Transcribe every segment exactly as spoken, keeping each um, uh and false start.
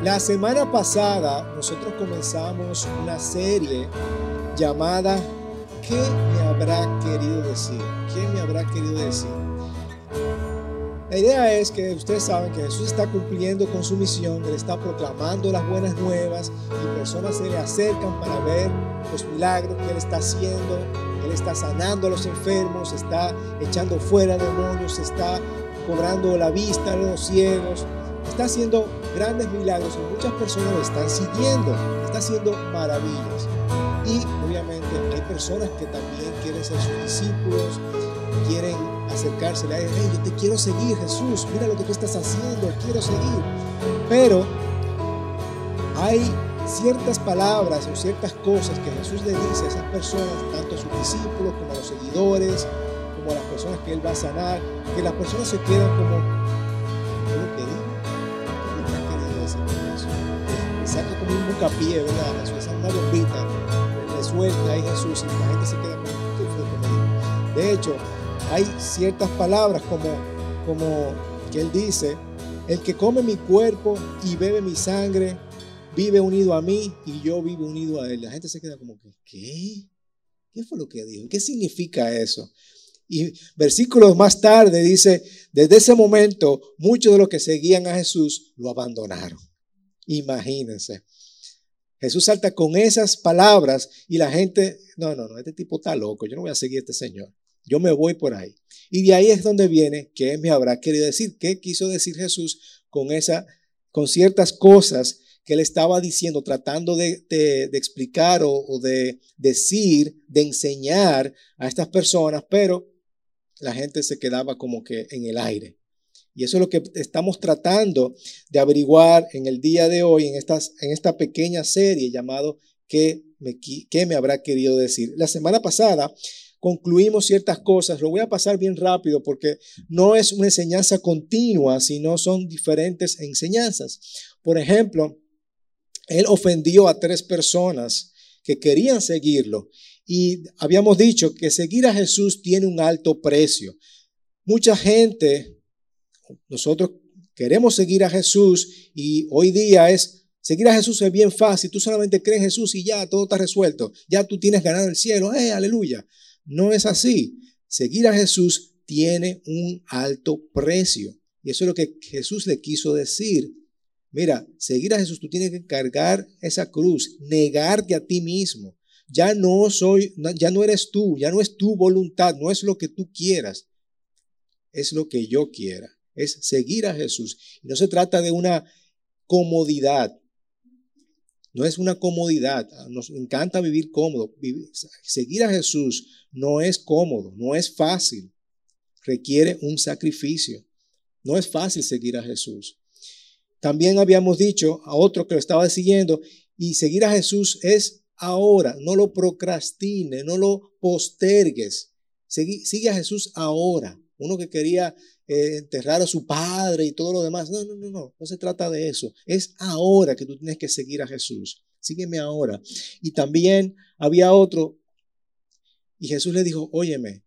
La semana pasada nosotros comenzamos una serie llamada ¿Qué me habrá querido decir? ¿Qué me habrá querido decir? La idea es que ustedes saben que Jesús está cumpliendo con su misión, Él está proclamando las buenas nuevas y personas se le acercan para ver los milagros que Él está haciendo. Él está sanando a los enfermos, está echando fuera demonios, está cobrando la vista a los ciegos, está haciendo grandes milagros y muchas personas lo están siguiendo, está haciendo maravillas. Y obviamente hay personas que también quieren ser sus discípulos, quieren acercarse a él. Hey, yo te quiero seguir, Jesús, mira lo que tú estás haciendo, quiero seguir. Pero hay ciertas palabras o ciertas cosas que Jesús le dice a esas personas, tanto a sus discípulos como a los seguidores, como a las personas que Él va a sanar, que las personas se quedan como, ¿qué lo que digo? ¿Qué lo que ha querido decir con eso? Le saca como un bucapié, ¿verdad? Jesús, esa una bombita, le suelta ahí Jesús y la gente se queda como, ¿qué fue lo que me dijo? De hecho, hay ciertas palabras como, como que Él dice, el que come mi cuerpo y bebe mi sangre, vive unido a mí y yo vivo unido a él. La gente se queda como que, ¿qué? ¿Qué fue lo que dijo? ¿Qué significa eso? Y versículos más tarde dice, desde ese momento, muchos de los que seguían a Jesús lo abandonaron. Imagínense. Jesús salta con esas palabras y la gente, no, no, no, este tipo está loco, yo no voy a seguir a este señor. Yo me voy por ahí. Y de ahí es donde viene, ¿qué me habrá querido decir? ¿Qué quiso decir Jesús con esa, con ciertas cosas que Él estaba diciendo, tratando de, de, de explicar o, o de decir, de enseñar a estas personas, pero la gente se quedaba como que en el aire. Y eso es lo que estamos tratando de averiguar en el día de hoy, en, estas, en esta pequeña serie llamado ¿Qué me, qué me habrá querido decir? La semana pasada concluimos ciertas cosas, lo voy a pasar bien rápido porque no es una enseñanza continua, sino son diferentes enseñanzas. Por ejemplo, Él ofendió a tres personas que querían seguirlo y habíamos dicho que seguir a Jesús tiene un alto precio. Mucha gente, nosotros queremos seguir a Jesús y hoy día es, seguir a Jesús es bien fácil, tú solamente crees en Jesús y ya todo está resuelto, ya tú tienes ganado el cielo, ¡eh, aleluya! No es así. Seguir a Jesús tiene un alto precio y eso es lo que Jesús le quiso decir. Mira, seguir a Jesús, tú tienes que cargar esa cruz, negarte a ti mismo. Ya no soy, ya no eres tú, ya no es tu voluntad, no es lo que tú quieras, es lo que yo quiera, es seguir a Jesús. Y no se trata de una comodidad, no es una comodidad, nos encanta vivir cómodo. Vivir, seguir a Jesús no es cómodo, no es fácil, requiere un sacrificio, no es fácil seguir a Jesús. También habíamos dicho a otro que lo estaba siguiendo y seguir a Jesús es ahora, no lo procrastine, no lo postergues. Sigue, sigue a Jesús ahora. Uno que quería eh, enterrar a su padre y todo lo demás. No, no, no, no, no se trata de eso. Es ahora que tú tienes que seguir a Jesús. Sígueme ahora. Y también había otro y Jesús le dijo, óyeme,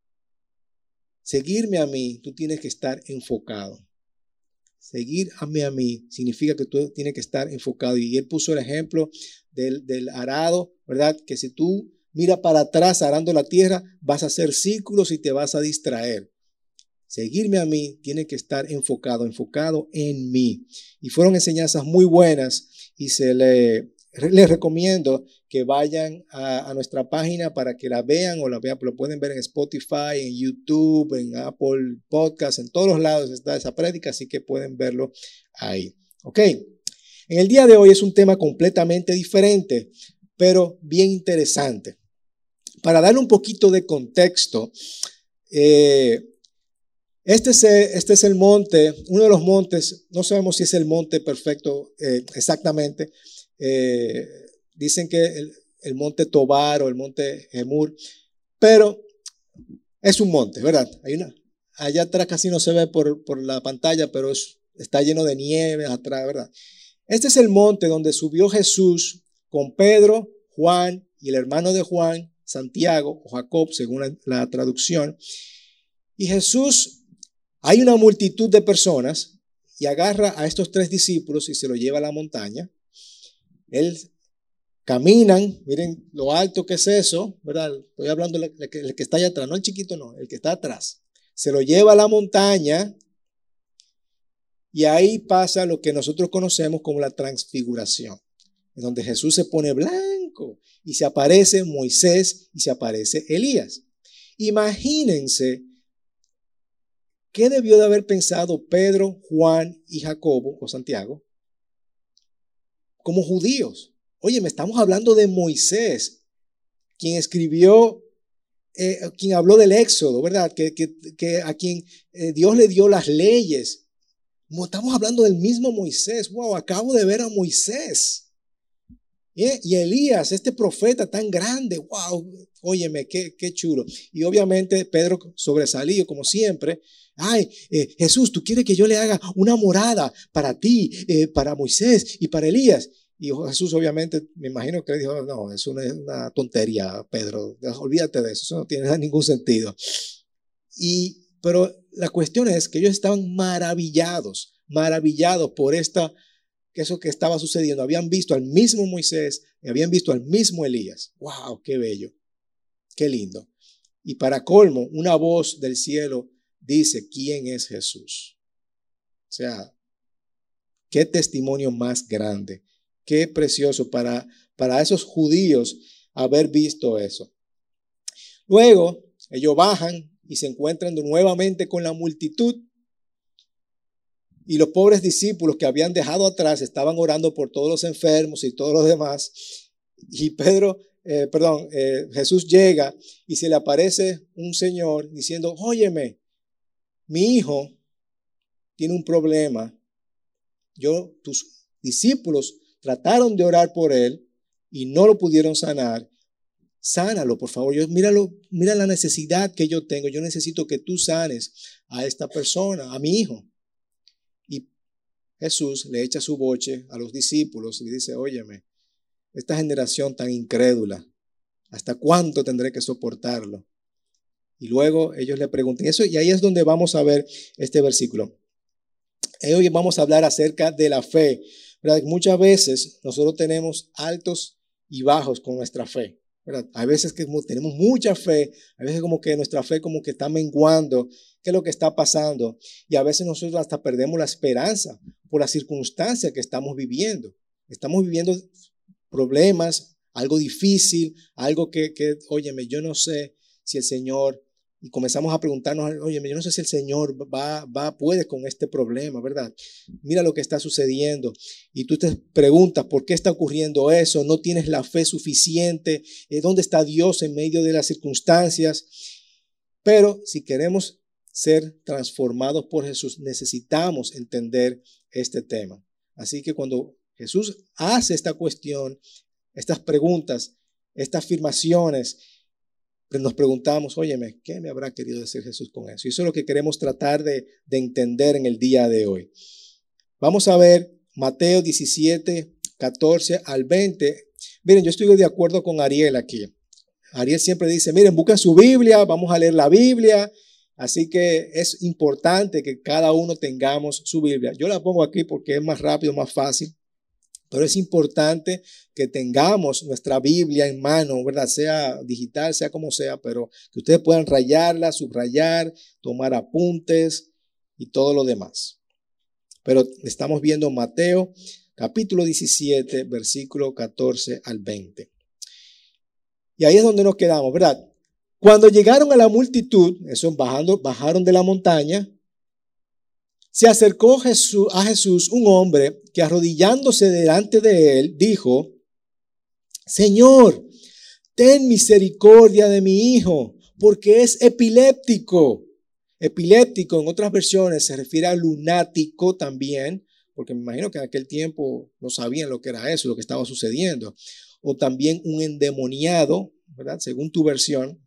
seguirme a mí, tú tienes que estar enfocado. Seguir a mí, a mí significa que tú tienes que estar enfocado. Y Él puso el ejemplo del, del arado, ¿verdad? Que si tú miras para atrás arando la tierra, vas a hacer círculos y te vas a distraer. Seguirme a mí tiene que estar enfocado, enfocado en mí. Y fueron enseñanzas muy buenas y se le, les recomiendo que vayan a, a nuestra página para que la vean o la vean, lo pueden ver en Spotify, en YouTube, en Apple Podcasts, en todos los lados está esa prédica, así que pueden verlo ahí. Ok, en el día de hoy es un tema completamente diferente, pero bien interesante. Para darle un poquito de contexto, eh, este, es, este es el monte, uno de los montes, no sabemos si es el monte perfecto eh, exactamente, eh, dicen que el, el monte Tobar o el monte Gemur, pero es un monte, ¿verdad? Hay una, allá atrás casi no se ve por, por la pantalla, pero es, está lleno de nieve atrás, ¿verdad? Este es el monte donde subió Jesús con Pedro, Juan y el hermano de Juan, Santiago o Jacob, según la, la traducción. Y Jesús, hay una multitud de personas y agarra a estos tres discípulos y se los lleva a la montaña. Él caminan, miren lo alto que es eso, ¿verdad? Estoy hablando del que, el que está allá atrás, no el chiquito, no, el que está atrás. Se lo lleva a la montaña y ahí pasa lo que nosotros conocemos como la transfiguración, en donde Jesús se pone blanco y se aparece Moisés y se aparece Elías. Imagínense qué debió de haber pensado Pedro, Juan y Jacobo o Santiago como judíos. Oye, me estamos hablando de Moisés, quien escribió, eh, quien habló del Éxodo, ¿verdad? Que, que, que a quien eh, Dios le dio las leyes. Estamos hablando del mismo Moisés. Wow, acabo de ver a Moisés. ¿Eh? Y Elías, este profeta tan grande. Wow, óyeme, qué, qué chulo. Y obviamente Pedro sobresalió como siempre. Ay, eh, Jesús, ¿tú quieres que yo le haga una morada para ti, eh, para Moisés y para Elías? Y Jesús obviamente, me imagino que le dijo, no, es una, una tontería, Pedro, olvídate de eso, eso no tiene ningún sentido. Y, pero la cuestión es que ellos estaban maravillados, maravillados por esta, eso que estaba sucediendo. Habían visto al mismo Moisés, habían visto al mismo Elías. ¡Wow! ¡Qué bello! ¡Qué lindo! Y para colmo, una voz del cielo dice, ¿quién es Jesús? O sea, qué testimonio más grande. Qué precioso para, para esos judíos haber visto eso. Luego, ellos bajan y se encuentran nuevamente con la multitud. Y los pobres discípulos que habían dejado atrás estaban orando por todos los enfermos y todos los demás. Y Pedro, eh, perdón, eh, Jesús llega y se le aparece un señor diciendo, óyeme, mi hijo tiene un problema. Yo, tus discípulos trataron de orar por él y no lo pudieron sanar. Sánalo, por favor. Yo, míralo, mira la necesidad que yo tengo. Yo necesito que tú sanes a esta persona, a mi hijo. Y Jesús le echa su boche a los discípulos y le dice, óyeme, esta generación tan incrédula, ¿hasta cuánto tendré que soportarlo? Y luego ellos le preguntan eso, y ahí es donde vamos a ver este versículo. Hoy vamos a hablar acerca de la fe. ¿Verdad? Muchas veces nosotros tenemos altos y bajos con nuestra fe, ¿verdad? Hay veces que tenemos mucha fe, a veces como que nuestra fe como que está menguando. ¿Qué es lo que está pasando? Y a veces nosotros hasta perdemos la esperanza por las circunstancias que estamos viviendo. Estamos viviendo problemas, algo difícil, algo que, que óyeme, yo no sé si el Señor... Y comenzamos a preguntarnos, oye, yo no sé si el Señor va, va, puede con este problema, ¿verdad? Mira lo que está sucediendo. Y tú te preguntas, ¿por qué está ocurriendo eso? ¿No tienes la fe suficiente? ¿Dónde está Dios en medio de las circunstancias? Pero si queremos ser transformados por Jesús, necesitamos entender este tema. Así que cuando Jesús hace esta cuestión, estas preguntas, estas afirmaciones, nos preguntamos, óyeme, ¿qué me habrá querido decir Jesús con eso? Y eso es lo que queremos tratar de, de entender en el día de hoy. Vamos a ver Mateo diecisiete, catorce al veinte. Miren, yo estoy de acuerdo con Ariel aquí. Ariel siempre dice, miren, busquen su Biblia, vamos a leer la Biblia. Así que es importante que cada uno tengamos su Biblia. Yo la pongo aquí porque es más rápido, más fácil. Pero es importante que tengamos nuestra Biblia en mano, ¿verdad? Sea digital, sea como sea, pero que ustedes puedan rayarla, subrayar, tomar apuntes y todo lo demás. Pero estamos viendo Mateo capítulo diecisiete, versículo catorce al veinte. Y ahí es donde nos quedamos, ¿verdad? Cuando llegaron a la multitud, eso bajando, bajaron de la montaña, se acercó Jesús, a Jesús un hombre que arrodillándose delante de él dijo, Señor, ten misericordia de mi hijo, porque es epiléptico. Epiléptico en otras versiones se refiere a lunático también, porque me imagino que en aquel tiempo no sabían lo que era eso, lo que estaba sucediendo. O también un endemoniado, ¿verdad? Según tu versión.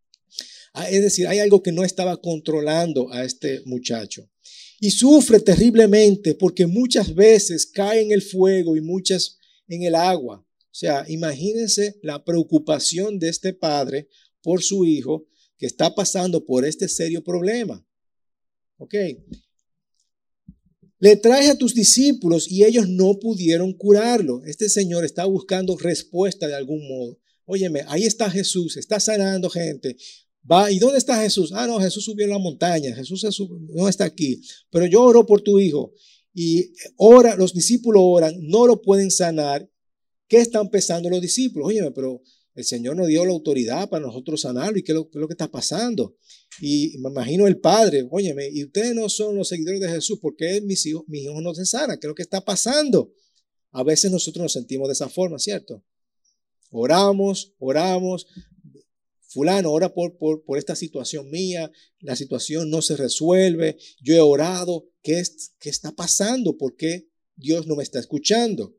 Es decir, hay algo que no estaba controlando a este muchacho. Y sufre terriblemente porque muchas veces cae en el fuego y muchas en el agua. O sea, imagínense la preocupación de este padre por su hijo que está pasando por este serio problema. ¿Ok? Le traje a tus discípulos y ellos no pudieron curarlo. Este señor está buscando respuesta de algún modo. Óyeme, ahí está Jesús, está sanando gente. Va, ¿y dónde está Jesús? Ah, no, Jesús subió a la montaña, Jesús no está aquí. Pero yo oro por tu hijo. Y ora, los discípulos oran, no lo pueden sanar. ¿Qué están pensando los discípulos? Óyeme, pero el Señor nos dio la autoridad para nosotros sanarlo. ¿Y qué es lo, qué es lo que está pasando? Y me imagino el padre, óyeme, y ustedes no son los seguidores de Jesús, ¿por qué mis hijos, mis hijos no se sanan? ¿Qué es lo que está pasando? A veces nosotros nos sentimos de esa forma, ¿cierto? Oramos, oramos, fulano, ora por, por, por esta situación mía, la situación no se resuelve, yo he orado, ¿qué, es, qué está pasando? ¿Por qué Dios no me está escuchando?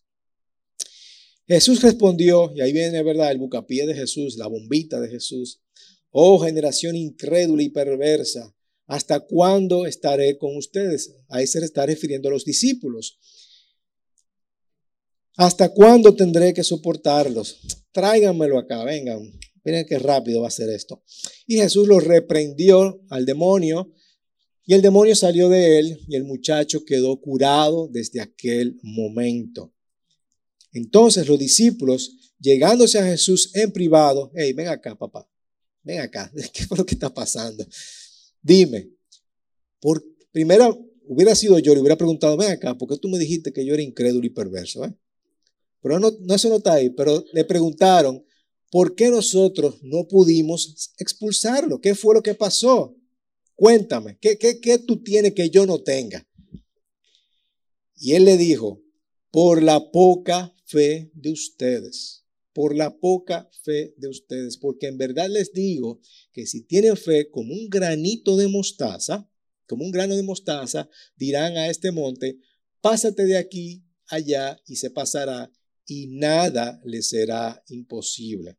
Jesús respondió, y ahí viene, ¿verdad?, el bucapié de Jesús, la bombita de Jesús. Oh, generación incrédula y perversa, ¿hasta cuándo estaré con ustedes? Ahí se le está refiriendo a los discípulos. ¿Hasta cuándo tendré que soportarlos? Tráiganmelo acá, vengan. Miren qué rápido va a ser esto. Y Jesús los reprendió al demonio, y el demonio salió de él, y el muchacho quedó curado desde aquel momento. Entonces los discípulos, llegándose a Jesús en privado, hey, ven acá, papá. Ven acá, ¿qué fue lo que está pasando? Dime, por primera, hubiera sido yo, le hubiera preguntado, ven acá, ¿por qué tú me dijiste que yo era incrédulo y perverso? ¿Eh? Pero no, no, eso no está ahí, pero le preguntaron, ¿por qué nosotros no pudimos expulsarlo? ¿Qué fue lo que pasó? Cuéntame, ¿qué, qué, qué tú tienes que yo no tenga? Y él le dijo, por la poca fe de ustedes. Por la poca fe de ustedes, porque en verdad les digo que si tienen fe como un granito de mostaza, como un grano de mostaza, dirán a este monte, pásate de aquí allá y se pasará y nada les será imposible.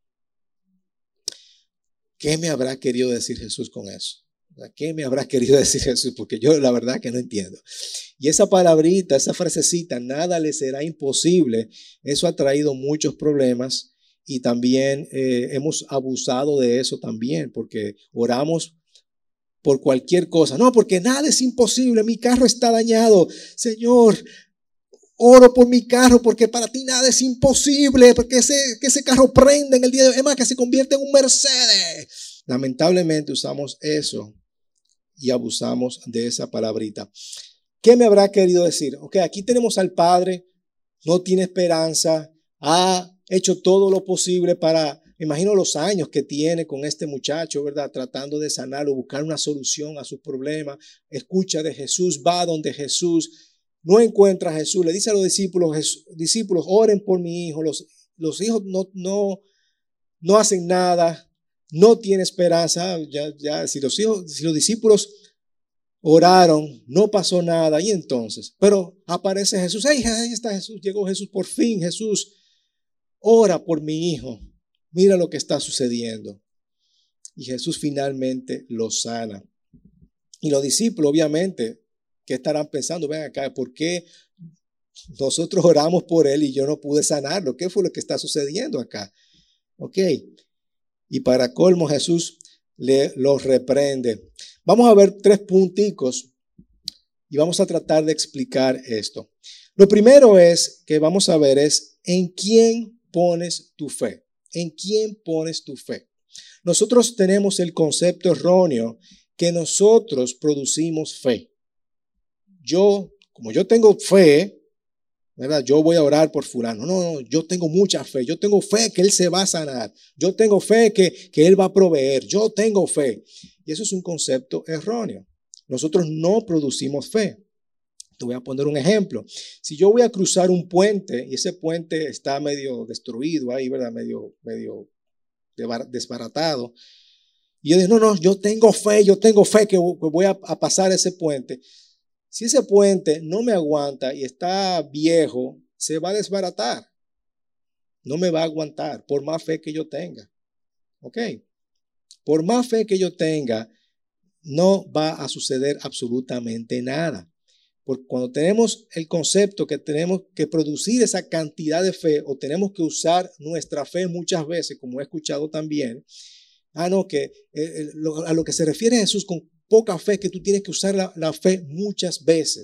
¿Qué me habrá querido decir Jesús con eso? ¿Qué me habrá querido decir Jesús? Porque yo la verdad que no entiendo. Y esa palabrita, esa frasecita, nada le será imposible, eso ha traído muchos problemas y también eh, hemos abusado de eso también, porque oramos por cualquier cosa. No, porque nada es imposible, mi carro está dañado. Señor, oro por mi carro porque para ti nada es imposible, porque ese, que ese carro prenda en el día de hoy, es más, que se convierte en un Mercedes. Lamentablemente usamos eso y abusamos de esa palabrita. ¿Qué me habrá querido decir? Ok, aquí tenemos al padre, no tiene esperanza, ha hecho todo lo posible para, me imagino los años que tiene con este muchacho, ¿verdad? Tratando de sanarlo, buscar una solución a sus problemas. Escucha de Jesús, va donde Jesús, no encuentra a Jesús. Le dice a los discípulos, Jesús, discípulos, oren por mi hijo. Los, los hijos no, no, no hacen nada, no tiene esperanza. Ya, ya, si los hijos, si los discípulos oraron, no pasó nada. Y entonces, pero aparece Jesús. Hey, ahí está Jesús, llegó Jesús por fin. Jesús, ora por mi hijo. Mira lo que está sucediendo. Y Jesús finalmente lo sana. Y los discípulos, obviamente, ¿qué estarán pensando? Ven acá, ¿por qué nosotros oramos por él y yo no pude sanarlo? ¿Qué fue lo que está sucediendo acá? Ok. Y para colmo, Jesús le los reprende. Vamos a ver tres punticos y vamos a tratar de explicar esto. Lo primero es que vamos a ver es en quién pones tu fe. ¿En quién pones tu fe? Nosotros tenemos el concepto erróneo que nosotros producimos fe. Yo, como yo tengo fe, ¿verdad? Yo voy a orar por fulano. No, no, yo tengo mucha fe. Yo tengo fe que él se va a sanar. Yo tengo fe que, que él va a proveer. Yo tengo fe. Y eso es un concepto erróneo. Nosotros no producimos fe. Te voy a poner un ejemplo. Si yo voy a cruzar un puente y ese puente está medio destruido ahí, ¿verdad? Medio, medio desbaratado. Y yo digo, no, no, yo tengo fe, yo tengo fe que voy a, a pasar ese puente. Si ese puente no me aguanta y está viejo, se va a desbaratar. No me va a aguantar, por más fe que yo tenga. ¿Ok? Por más fe que yo tenga, no va a suceder absolutamente nada. Porque cuando tenemos el concepto que tenemos que producir esa cantidad de fe o tenemos que usar nuestra fe muchas veces, como he escuchado también, ah, no, que eh, lo, a lo que se refiere Jesús con poca fe, que tú tienes que usar la, la fe muchas veces.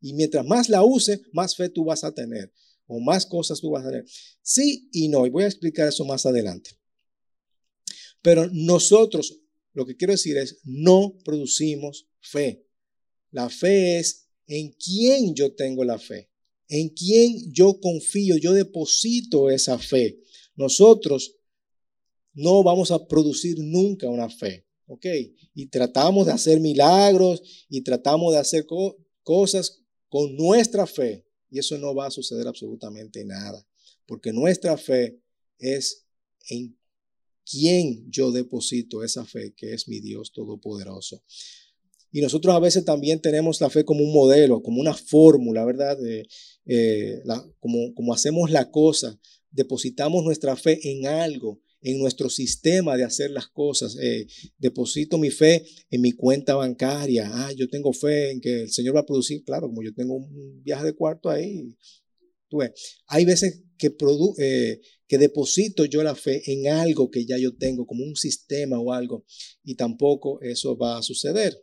Y mientras más la uses, más fe tú vas a tener. O más cosas tú vas a tener. Sí y no. Y voy a explicar eso más adelante. Pero nosotros, lo que quiero decir es, no producimos fe. La fe es en quién yo tengo la fe. En quién yo confío, yo deposito esa fe. Nosotros no vamos a producir nunca una fe, ¿ok? Y tratamos de hacer milagros y tratamos de hacer co- cosas con nuestra fe. Y eso no va a suceder absolutamente nada. Porque nuestra fe es en quién yo deposito esa fe, que es mi Dios Todopoderoso. Y nosotros a veces también tenemos la fe como un modelo, como una fórmula, ¿verdad? Eh, eh, la, como, como hacemos la cosa, depositamos nuestra fe en algo, en nuestro sistema de hacer las cosas. Eh, deposito mi fe en mi cuenta bancaria. Ah, yo tengo fe en que el Señor va a producir. Claro, como yo tengo un viaje de cuarto ahí. Tú ves, hay veces que, produ eh, que deposito yo la fe en algo que ya yo tengo, como un sistema o algo, y tampoco eso va a suceder.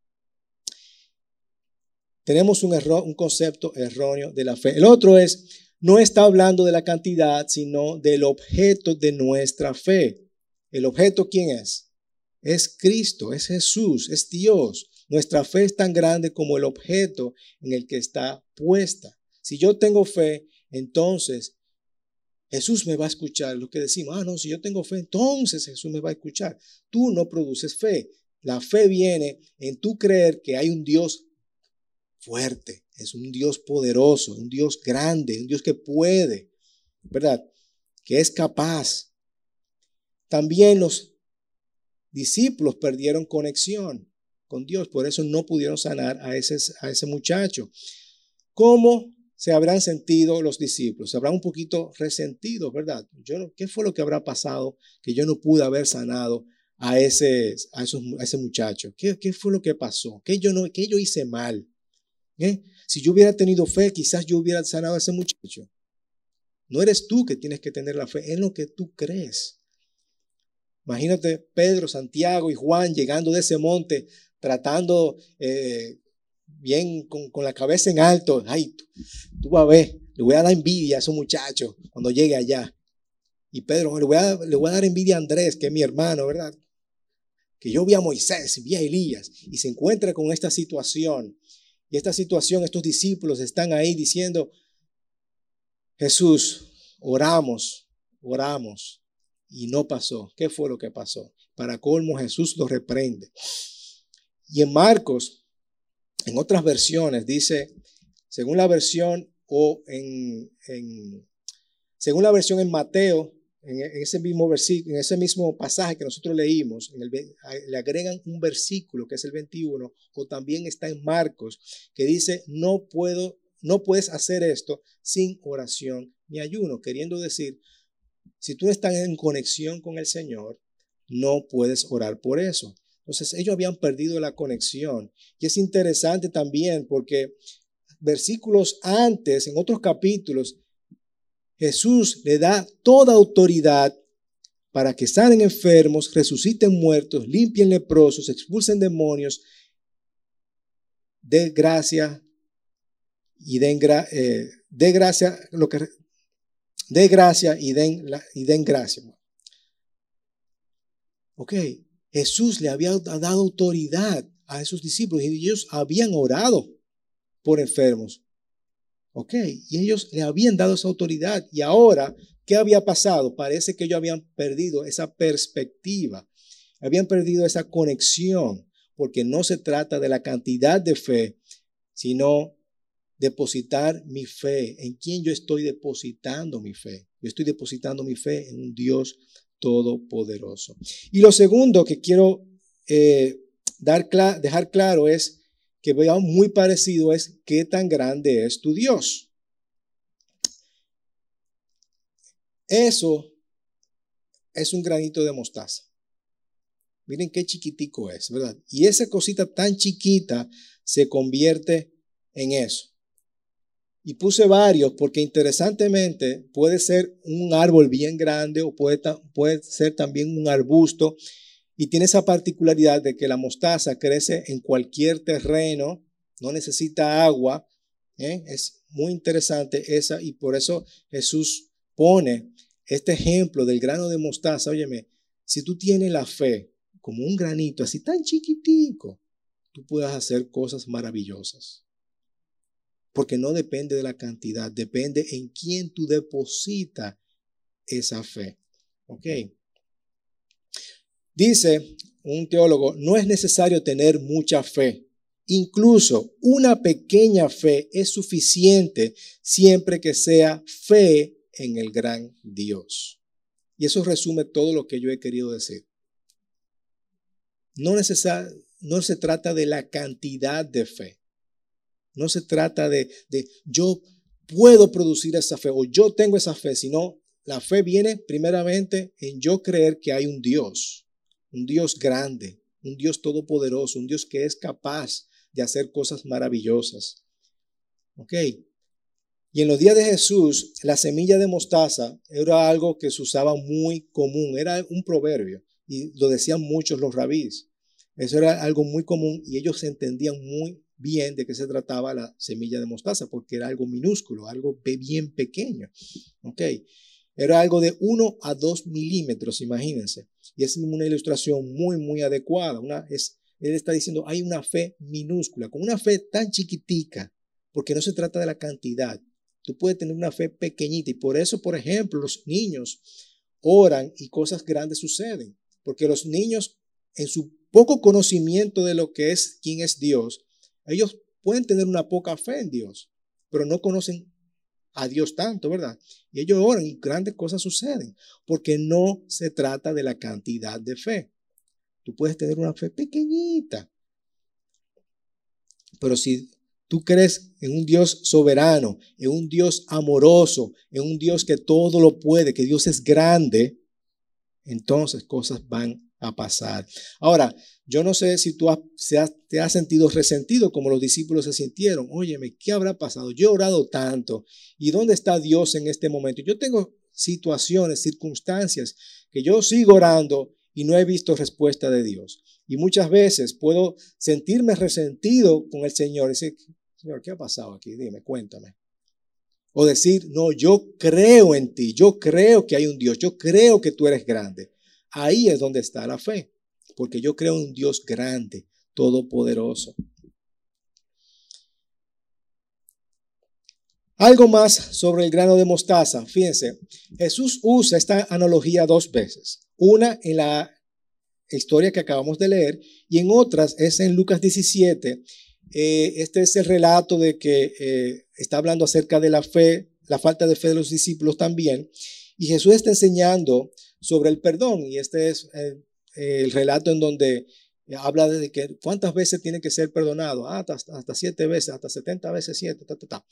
Tenemos un error, un concepto erróneo de la fe. El otro es, no está hablando de la cantidad, sino del objeto de nuestra fe. ¿El objeto quién es? Es Cristo, es Jesús, es Dios. Nuestra fe es tan grande como el objeto en el que está puesta. Si yo tengo fe, entonces Jesús me va a escuchar. Lo que decimos, ah, no, si yo tengo fe, entonces Jesús me va a escuchar. Tú no produces fe. La fe viene en tú creer que hay un Dios fuerte, es un Dios poderoso, un Dios grande, un Dios que puede, ¿verdad? Que es capaz. También los discípulos perdieron conexión con Dios, por eso no pudieron sanar a ese, a ese muchacho. ¿Cómo se habrán sentido los discípulos? Se habrán un poquito resentidos, ¿verdad? Yo no, ¿qué fue lo que habrá pasado que yo no pude haber sanado a ese, a esos, a ese muchacho? ¿Qué, ¿Qué fue lo que pasó? ¿Qué yo, no, qué yo hice mal? ¿Eh? Si yo hubiera tenido fe, quizás yo hubiera sanado a ese muchacho. No eres tú que tienes que tener la fe, es lo que tú crees. Imagínate Pedro, Santiago y Juan llegando de ese monte, tratando eh, bien con, con la cabeza en alto. Ay, tú, tú vas a ver, le voy a dar envidia a ese muchacho cuando llegue allá. Y Pedro, le voy, a, le voy a dar envidia a Andrés, que es mi hermano, ¿verdad? Que yo vi a Moisés, vi a Elías, y se encuentra con esta situación. Y esta situación, estos discípulos están ahí diciendo, Jesús, oramos, oramos, y no pasó. ¿Qué fue lo que pasó? Para colmo, Jesús los reprende. Y en Marcos, en otras versiones, dice, según la versión, o en, en según la versión en Mateo, en ese mismo versículo, en ese mismo pasaje que nosotros leímos, en el, le agregan un versículo que es el veintiuno, o también está en Marcos, que dice, no puedo, no puedes hacer esto sin oración ni ayuno, queriendo decir, si tú estás en conexión con el Señor, no puedes orar por eso. Entonces ellos habían perdido la conexión. Y es interesante también porque versículos antes, en otros capítulos, Jesús le da toda autoridad para que sanen enfermos, resuciten muertos, limpien leprosos, expulsen demonios, den gracia y den, gra, eh, de gracia, lo que de gracia y den, y den gracia. Ok, Jesús le había dado autoridad a esos discípulos y ellos habían orado por enfermos. Ok, y ellos le habían dado esa autoridad. Y ahora, ¿qué había pasado? Parece que ellos habían perdido esa perspectiva, habían perdido esa conexión, porque no se trata de la cantidad de fe, sino depositar mi fe. ¿En quién yo estoy depositando mi fe? Yo estoy depositando mi fe en un Dios todopoderoso. Y lo segundo que quiero eh, dar cl- dejar claro es que veamos muy parecido es qué tan grande es tu Dios. Eso es un granito de mostaza. Miren qué chiquitico es, ¿verdad? Y esa cosita tan chiquita se convierte en eso. Y puse varios porque interesantemente puede ser un árbol bien grande o puede, puede ser también un arbusto. Y tiene esa particularidad de que la mostaza crece en cualquier terreno, no necesita agua, ¿Eh? Es muy interesante esa y por eso Jesús pone este ejemplo del grano de mostaza. Óyeme, si tú tienes la fe como un granito así tan chiquitico, tú puedes hacer cosas maravillosas. Porque no depende de la cantidad, depende en quién tú depositas esa fe. ¿Ok? Dice un teólogo, no es necesario tener mucha fe. Incluso una pequeña fe es suficiente siempre que sea fe en el gran Dios. Y eso resume todo lo que yo he querido decir. No, necesar, no se trata de la cantidad de fe. No se trata de, de yo puedo producir esa fe o yo tengo esa fe, sino la fe viene primeramente en yo creer que hay un Dios, un Dios grande, un Dios todopoderoso, un Dios que es capaz de hacer cosas maravillosas. ¿Ok? Y en los días de Jesús, la semilla de mostaza era algo que se usaba muy común, era un proverbio y lo decían muchos los rabís. Eso era algo muy común y ellos entendían muy bien de qué se trataba la semilla de mostaza porque era algo minúsculo, algo bien pequeño. ¿Ok? Era algo de uno a dos milímetros, imagínense. Y es una ilustración muy, muy adecuada. Una, es, él está diciendo, hay una fe minúscula, con una fe tan chiquitica, porque no se trata de la cantidad. Tú puedes tener una fe pequeñita y por eso, por ejemplo, los niños oran y cosas grandes suceden. Porque los niños, en su poco conocimiento de lo que es, quién es Dios, ellos pueden tener una poca fe en Dios, pero no conocen a Dios tanto, ¿verdad? Y ellos oran y grandes cosas suceden, porque no se trata de la cantidad de fe. Tú puedes tener una fe pequeñita, pero si tú crees en un Dios soberano, en un Dios amoroso, en un Dios que todo lo puede, que Dios es grande, entonces cosas van a pasar. Ahora, yo no sé si tú has, te has sentido resentido como los discípulos se sintieron. Óyeme, ¿qué habrá pasado? Yo he orado tanto. ¿Y dónde está Dios en este momento? Yo tengo situaciones, circunstancias que yo sigo orando y no he visto respuesta de Dios. Y muchas veces puedo sentirme resentido con el Señor y decir, Señor, ¿qué ha pasado aquí? Dime, cuéntame. O decir, no, yo creo en ti, yo creo que hay un Dios, yo creo que tú eres grande. Ahí es donde está la fe, porque yo creo en un Dios grande, todopoderoso. Algo más sobre el grano de mostaza. Fíjense, Jesús usa esta analogía dos veces. Una en la historia que acabamos de leer y en otras es en Lucas diecisiete. Eh, este es el relato de que eh, está hablando acerca de la fe, la falta de fe de los discípulos también. Y Jesús está enseñando sobre el perdón. Y este es eh, el relato en donde habla de que cuántas veces tiene que ser perdonado. Ah, hasta, hasta siete veces, hasta setenta veces siete. Ta, ta, ta.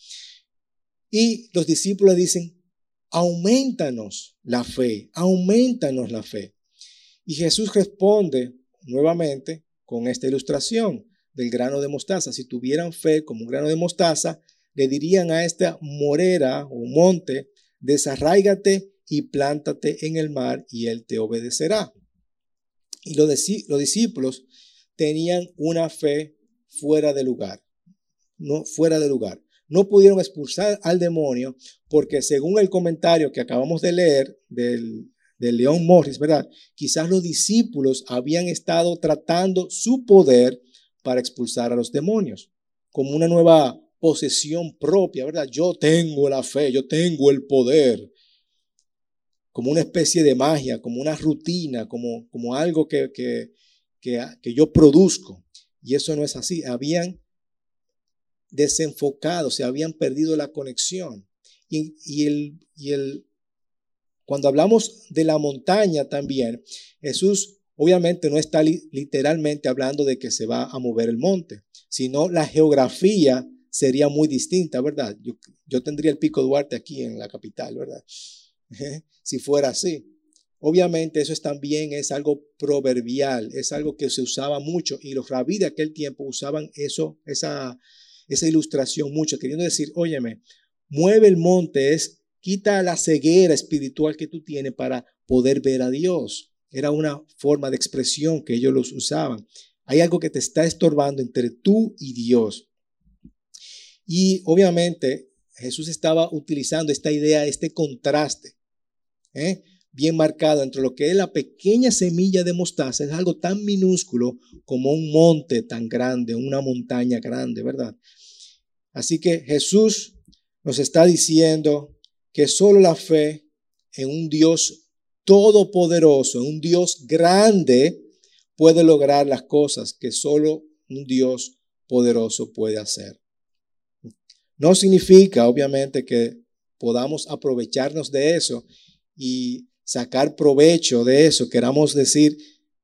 Y los discípulos dicen, aumentanos la fe, aumentanos la fe. Y Jesús responde nuevamente con esta ilustración del grano de mostaza. Si tuvieran fe como un grano de mostaza, le dirían a esta morera o monte, desarráigate y plántate en el mar y él te obedecerá. Y los, los discípulos tenían una fe fuera de lugar, no fuera de lugar. No pudieron expulsar al demonio porque según el comentario que acabamos de leer del, del Leon Morris, ¿verdad? Quizás los discípulos habían estado tratando su poder para expulsar a los demonios, como una nueva posesión propia, ¿verdad? Yo tengo la fe, yo tengo el poder, como una especie de magia, como una rutina, como, como algo que, que, que, que yo produzco. Y eso no es así. Habían desenfocado, se habían perdido la conexión. Y, y, el, y el, cuando hablamos de la montaña también, Jesús obviamente no está li, literalmente hablando de que se va a mover el monte, sino la geografía sería muy distinta, ¿verdad? Yo, yo tendría el Pico Duarte aquí en la capital, ¿verdad? Si fuera así. Obviamente eso es también es algo proverbial, es algo que se usaba mucho y los rabí de aquel tiempo usaban eso, esa, esa ilustración mucho, queriendo decir, óyeme, mueve el monte, es quita la ceguera espiritual que tú tienes para poder ver a Dios. Era una forma de expresión que ellos los usaban. Hay algo que te está estorbando entre tú y Dios. Y obviamente Jesús estaba utilizando esta idea, este contraste, ¿eh? bien marcado entre lo que es la pequeña semilla de mostaza, es algo tan minúsculo como un monte tan grande, una montaña grande, ¿verdad? Así que Jesús nos está diciendo que solo la fe en un Dios todopoderoso, en un Dios grande, puede lograr las cosas que solo un Dios poderoso puede hacer. No significa, obviamente, que podamos aprovecharnos de eso y sacar provecho de eso. Queramos decir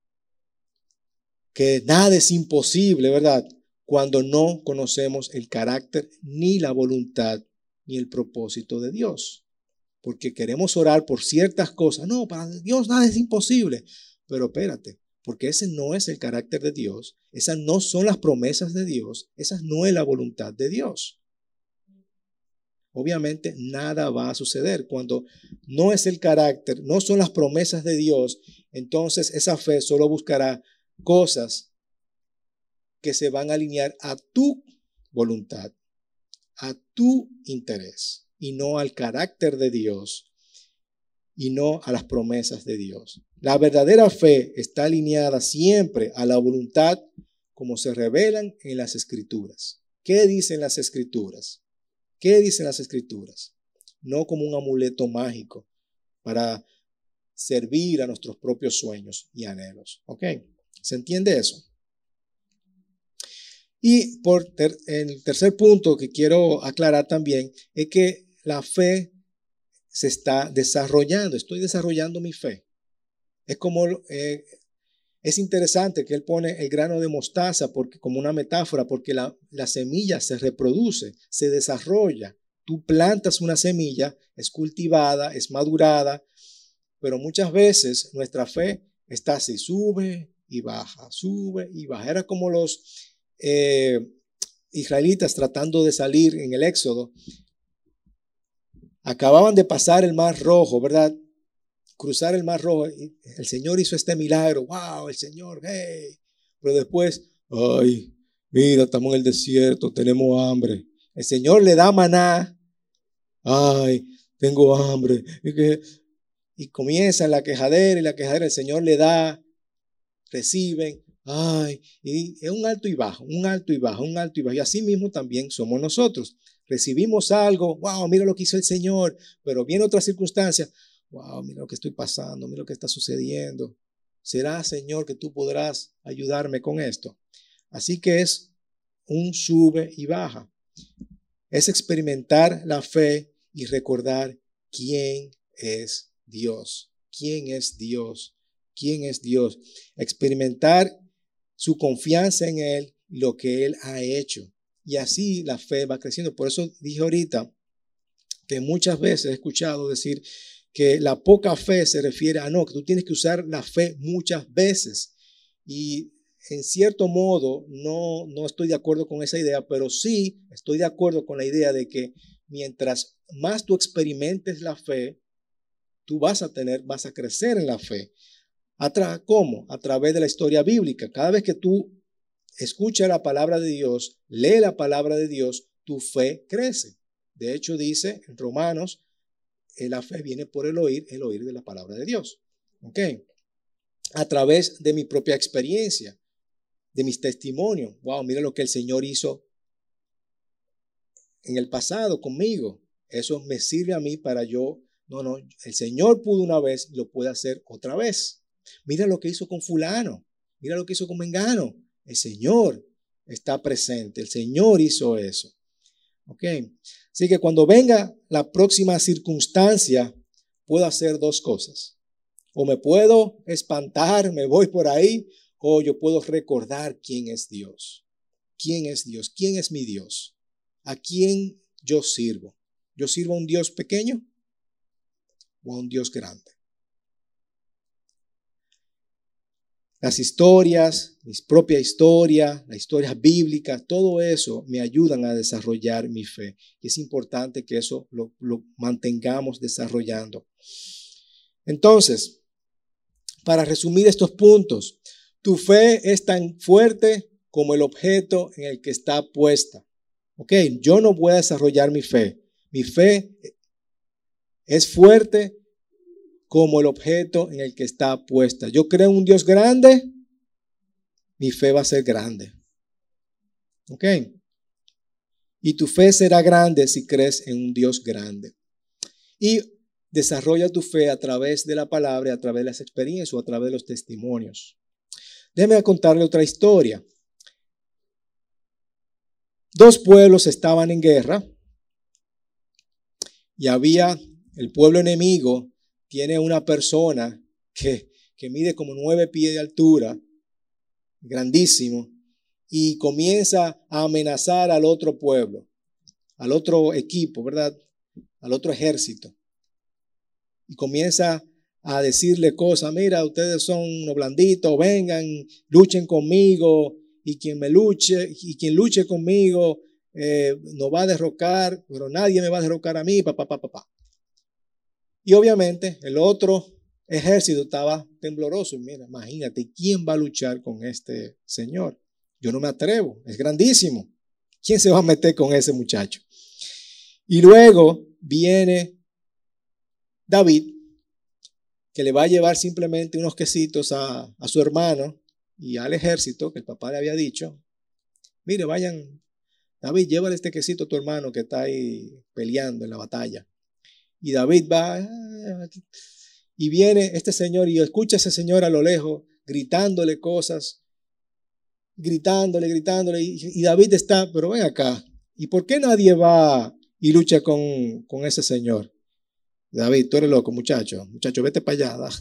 que nada es imposible, ¿verdad? Cuando no conocemos el carácter, ni la voluntad, ni el propósito de Dios. Porque queremos orar por ciertas cosas. No, para Dios nada es imposible. Pero espérate, porque ese no es el carácter de Dios. Esas no son las promesas de Dios. Esa no es la voluntad de Dios. Obviamente nada va a suceder. Cuando no es el carácter, no son las promesas de Dios, entonces esa fe solo buscará cosas que se van a alinear a tu voluntad, a tu interés, y no al carácter de Dios, y no a las promesas de Dios. La verdadera fe está alineada siempre a la voluntad como se revelan en las Escrituras. ¿Qué dicen las Escrituras? ¿Qué dicen las Escrituras? No como un amuleto mágico para servir a nuestros propios sueños y anhelos. ¿Ok? ¿Se entiende eso? Y por ter, el tercer punto que quiero aclarar también es que la fe se está desarrollando. Estoy desarrollando mi fe. Es como, eh, es interesante que él pone el grano de mostaza porque, como una metáfora, porque la, la semilla se reproduce, se desarrolla. Tú plantas una semilla, es cultivada, es madurada, pero muchas veces nuestra fe está así, sube y baja, sube y baja. Era como los eh, israelitas tratando de salir en el Éxodo. Acababan de pasar el Mar Rojo, ¿verdad? Cruzar el Mar Rojo. El Señor hizo este milagro. ¡Wow! El Señor, ¡hey! Pero después, ¡ay! Mira, estamos en el desierto, tenemos hambre. El Señor le da maná. ¡Ay! Tengo hambre. Y, que, y comienza la quejadera y la quejadera. El Señor le da, reciben. ¡Ay! Y es un alto y bajo, un alto y bajo, un alto y bajo. Y así mismo también somos nosotros. Recibimos algo. ¡Wow! Mira lo que hizo el Señor. Pero viene otra circunstancia. Wow, mira lo que estoy pasando, mira lo que está sucediendo. ¿Será, Señor, que tú podrás ayudarme con esto? Así que es un sube y baja. Es experimentar la fe y recordar quién es Dios. ¿Quién es Dios? ¿Quién es Dios? Experimentar su confianza en Él y lo que Él ha hecho. Y así la fe va creciendo. Por eso dije ahorita que muchas veces he escuchado decir que la poca fe se refiere a no, que tú tienes que usar la fe muchas veces. Y en cierto modo no, no estoy de acuerdo con esa idea, pero sí estoy de acuerdo con la idea de que mientras más tú experimentes la fe, tú vas a tener, vas a crecer en la fe. ¿A ¿Cómo? A través de la historia bíblica. Cada vez que tú escuchas la palabra de Dios, lee la palabra de Dios, tu fe crece. De hecho, dice en Romanos, la fe viene por el oír, el oír de la palabra de Dios. ¿Ok? A través de mi propia experiencia, de mis testimonios. Wow, mira lo que el Señor hizo en el pasado conmigo. Eso me sirve a mí para yo, no, no, el Señor pudo una vez y lo puede hacer otra vez. Mira lo que hizo con fulano, mira lo que hizo con Mengano. El Señor está presente, el Señor hizo eso. ¿Ok? Así que cuando venga la próxima circunstancia, puedo hacer dos cosas. O me puedo espantar, me voy por ahí, o yo puedo recordar quién es Dios. ¿Quién es Dios? ¿Quién es mi Dios? ¿A quién yo sirvo? ¿Yo sirvo a un Dios pequeño o a un Dios grande? Las historias, mi propia historia, las historias bíblicas, todo eso me ayudan a desarrollar mi fe. Y es importante que eso lo, lo mantengamos desarrollando. Entonces, para resumir estos puntos, tu fe es tan fuerte como el objeto en el que está puesta. Ok, yo no voy a desarrollar mi fe. Mi fe es fuerte como el objeto en el que está puesta. Yo creo en un Dios grande, mi fe va a ser grande. Ok. Y tu fe será grande si crees en un Dios grande. Y desarrolla tu fe a través de la palabra, a través de las experiencias o a través de los testimonios. Déjeme contarle otra historia. Dos pueblos estaban en guerra y había, el pueblo enemigo tiene una persona que, que mide como nueve pies de altura, grandísimo, y comienza a amenazar al otro pueblo, al otro equipo, ¿verdad? Al otro ejército. Y comienza a decirle cosas, mira, ustedes son unos blanditos, vengan, luchen conmigo, y quien me luche, y quien luche conmigo, eh, nos va a derrocar, pero nadie me va a derrocar a mí, papá, papá, papá. Y obviamente el otro ejército estaba tembloroso. Y mira, imagínate, ¿quién va a luchar con este señor? Yo no me atrevo, es grandísimo. ¿Quién se va a meter con ese muchacho? Y luego viene David, que le va a llevar simplemente unos quesitos a, a su hermano y al ejército, que el papá le había dicho, mire, vayan, David, llévale este quesito a tu hermano que está ahí peleando en la batalla. Y David va, y viene este señor, y escucha a ese señor a lo lejos, gritándole cosas, gritándole, gritándole, y, y David está, pero ven acá, ¿y por qué nadie va y lucha con, con ese señor? David, tú eres loco, muchacho, muchacho, vete para allá. ¿Da?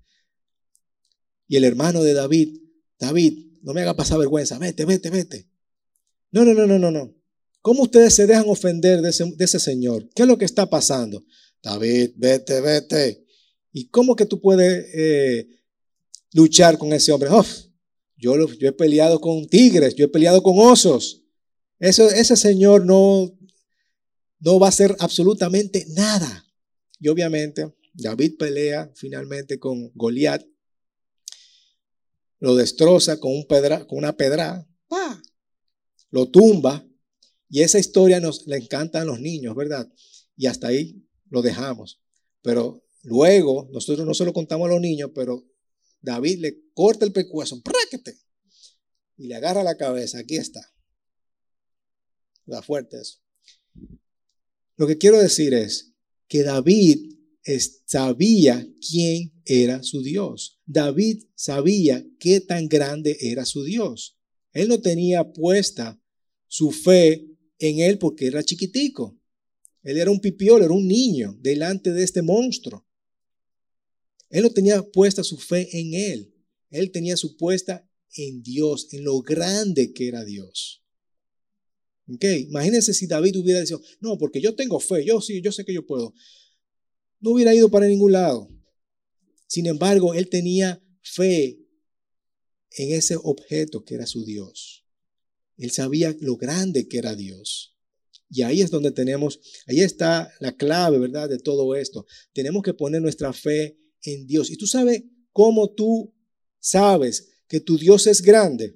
Y el hermano de David, David, no me haga pasar vergüenza, vete, vete, vete. No, no, no, no, no, no. ¿Cómo ustedes se dejan ofender de ese, de ese señor? ¿Qué es lo que está pasando? David, vete, vete. ¿Y cómo que tú puedes eh, luchar con ese hombre? Oh, yo, lo, yo he peleado con tigres, yo he peleado con osos. Eso, ese señor no, no va a hacer absolutamente nada. Y obviamente David pelea finalmente con Goliat, lo destroza con, un pedra, con una pedra, ¡pah! Lo tumba. Y esa historia nos le encanta a los niños, ¿verdad? Y hasta ahí lo dejamos. Pero luego nosotros no se lo contamos a los niños, pero David le corta el pescuezo, ¡práquete! Y le agarra la cabeza. Aquí está. Da fuerte eso. Lo que quiero decir es que David sabía quién era su Dios. David sabía qué tan grande era su Dios. Él no tenía puesta su fe en él porque era chiquitico. Él era un pipiolo, era un niño delante de este monstruo. Él no tenía puesta su fe en él. Él tenía su puesta en Dios, en lo grande que era Dios. Okay. Imagínense si David hubiera dicho, no, porque yo tengo fe, yo sí, yo sé que yo puedo. No hubiera ido para ningún lado. Sin embargo, él tenía fe en ese objeto que era su Dios. Él sabía lo grande que era Dios. Y ahí es donde tenemos, ahí está la clave, ¿verdad? De todo esto. Tenemos que poner nuestra fe en Dios. Y tú sabes cómo tú sabes que tu Dios es grande.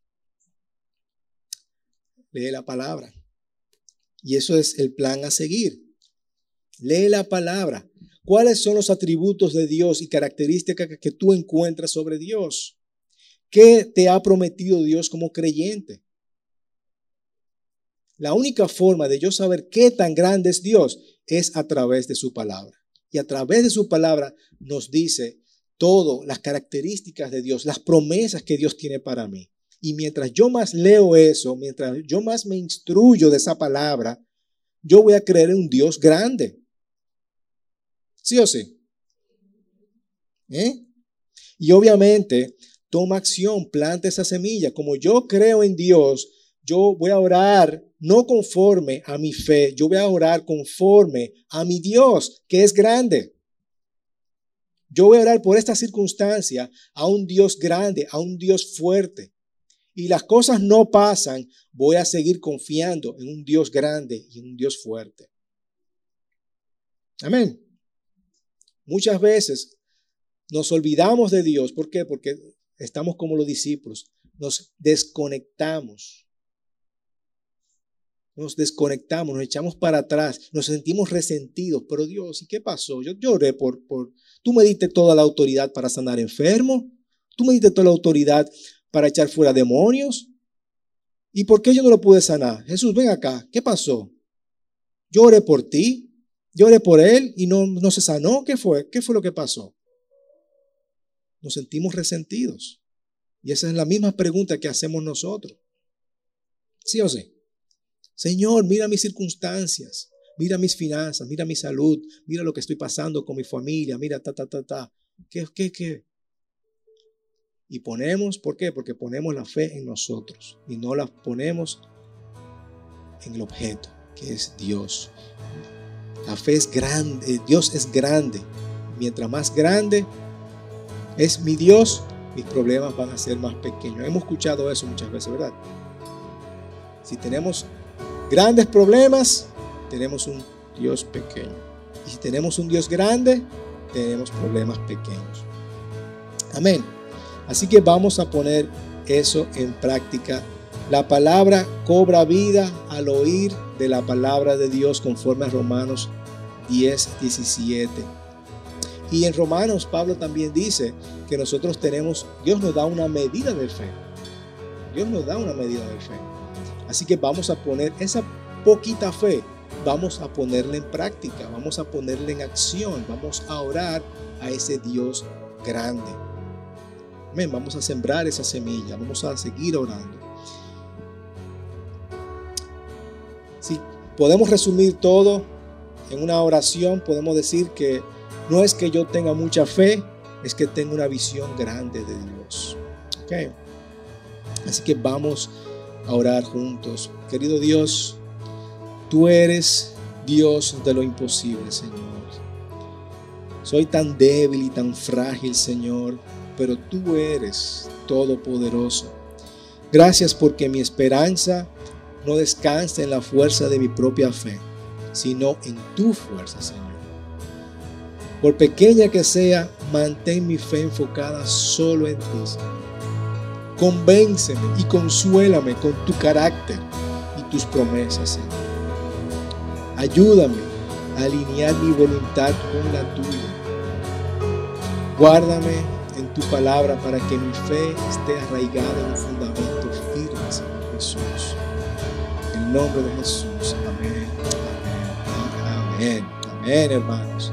Lee la palabra. Y eso es el plan a seguir. Lee la palabra. ¿Cuáles son los atributos de Dios y características que tú encuentras sobre Dios? ¿Qué te ha prometido Dios como creyente? La única forma de yo saber qué tan grande es Dios es a través de su palabra. Y a través de su palabra nos dice todo, las características de Dios, las promesas que Dios tiene para mí. Y mientras yo más leo eso, mientras yo más me instruyo de esa palabra, yo voy a creer en un Dios grande. ¿Sí o sí? ¿Eh? Y obviamente, toma acción, planta esa semilla. Como yo creo en Dios, yo voy a orar no conforme a mi fe, yo voy a orar conforme a mi Dios, que es grande. Yo voy a orar por esta circunstancia a un Dios grande, a un Dios fuerte. Y las cosas no pasan, voy a seguir confiando en un Dios grande y en un Dios fuerte. Amén. Muchas veces nos olvidamos de Dios. ¿Por qué? Porque estamos como los discípulos. Nos desconectamos. Nos desconectamos, nos echamos para atrás, nos sentimos resentidos. Pero Dios, ¿y qué pasó? Yo lloré por, por... Tú me diste toda la autoridad para sanar enfermos. Tú me diste toda la autoridad para echar fuera demonios. ¿Y por qué yo no lo pude sanar? Jesús, ven acá. ¿Qué pasó? Yo oré por ti. Yo oré por él y no, no se sanó. ¿Qué fue? ¿Qué fue lo que pasó? Nos sentimos resentidos. Y esa es la misma pregunta que hacemos nosotros. ¿Sí o sí? Señor, mira mis circunstancias, mira mis finanzas, mira mi salud, mira lo que estoy pasando con mi familia, mira ta, ta, ta, ta. ¿Qué, qué, qué? Y ponemos, ¿por qué? Porque ponemos la fe en nosotros y no la ponemos en el objeto, que es Dios. La fe es grande, Dios es grande. Mientras más grande es mi Dios, mis problemas van a ser más pequeños. Hemos escuchado eso muchas veces, ¿verdad? Si tenemos grandes problemas, tenemos un Dios pequeño. Y si tenemos un Dios grande, tenemos problemas pequeños. Amén. Así que vamos a poner eso en práctica. La palabra cobra vida al oír de la palabra de Dios, conforme a Romanos diez, diecisiete. Y en Romanos, Pablo también dice que nosotros tenemos, Dios nos da una medida de fe. Dios nos da una medida de fe. Así que vamos a poner esa poquita fe, vamos a ponerla en práctica, vamos a ponerla en acción, vamos a orar a ese Dios grande. Amén, vamos a sembrar esa semilla, vamos a seguir orando. Si podemos resumir todo en una oración, podemos decir que no es que yo tenga mucha fe, es que tengo una visión grande de Dios. Okay. Así que vamos a orar juntos. Querido Dios, tú eres Dios de lo imposible, Señor. Soy tan débil y tan frágil, Señor, pero tú eres todopoderoso. Gracias porque mi esperanza no descansa en la fuerza de mi propia fe, sino en tu fuerza, Señor. Por pequeña que sea, mantén mi fe enfocada solo en ti, Señor. Convénceme y consuélame con tu carácter y tus promesas, Señor. Ayúdame a alinear mi voluntad con la tuya. Guárdame en tu palabra para que mi fe esté arraigada en un fundamento firme, Señor Jesús. En el nombre de Jesús. Amén. Amén. Amén. Amén, hermanos.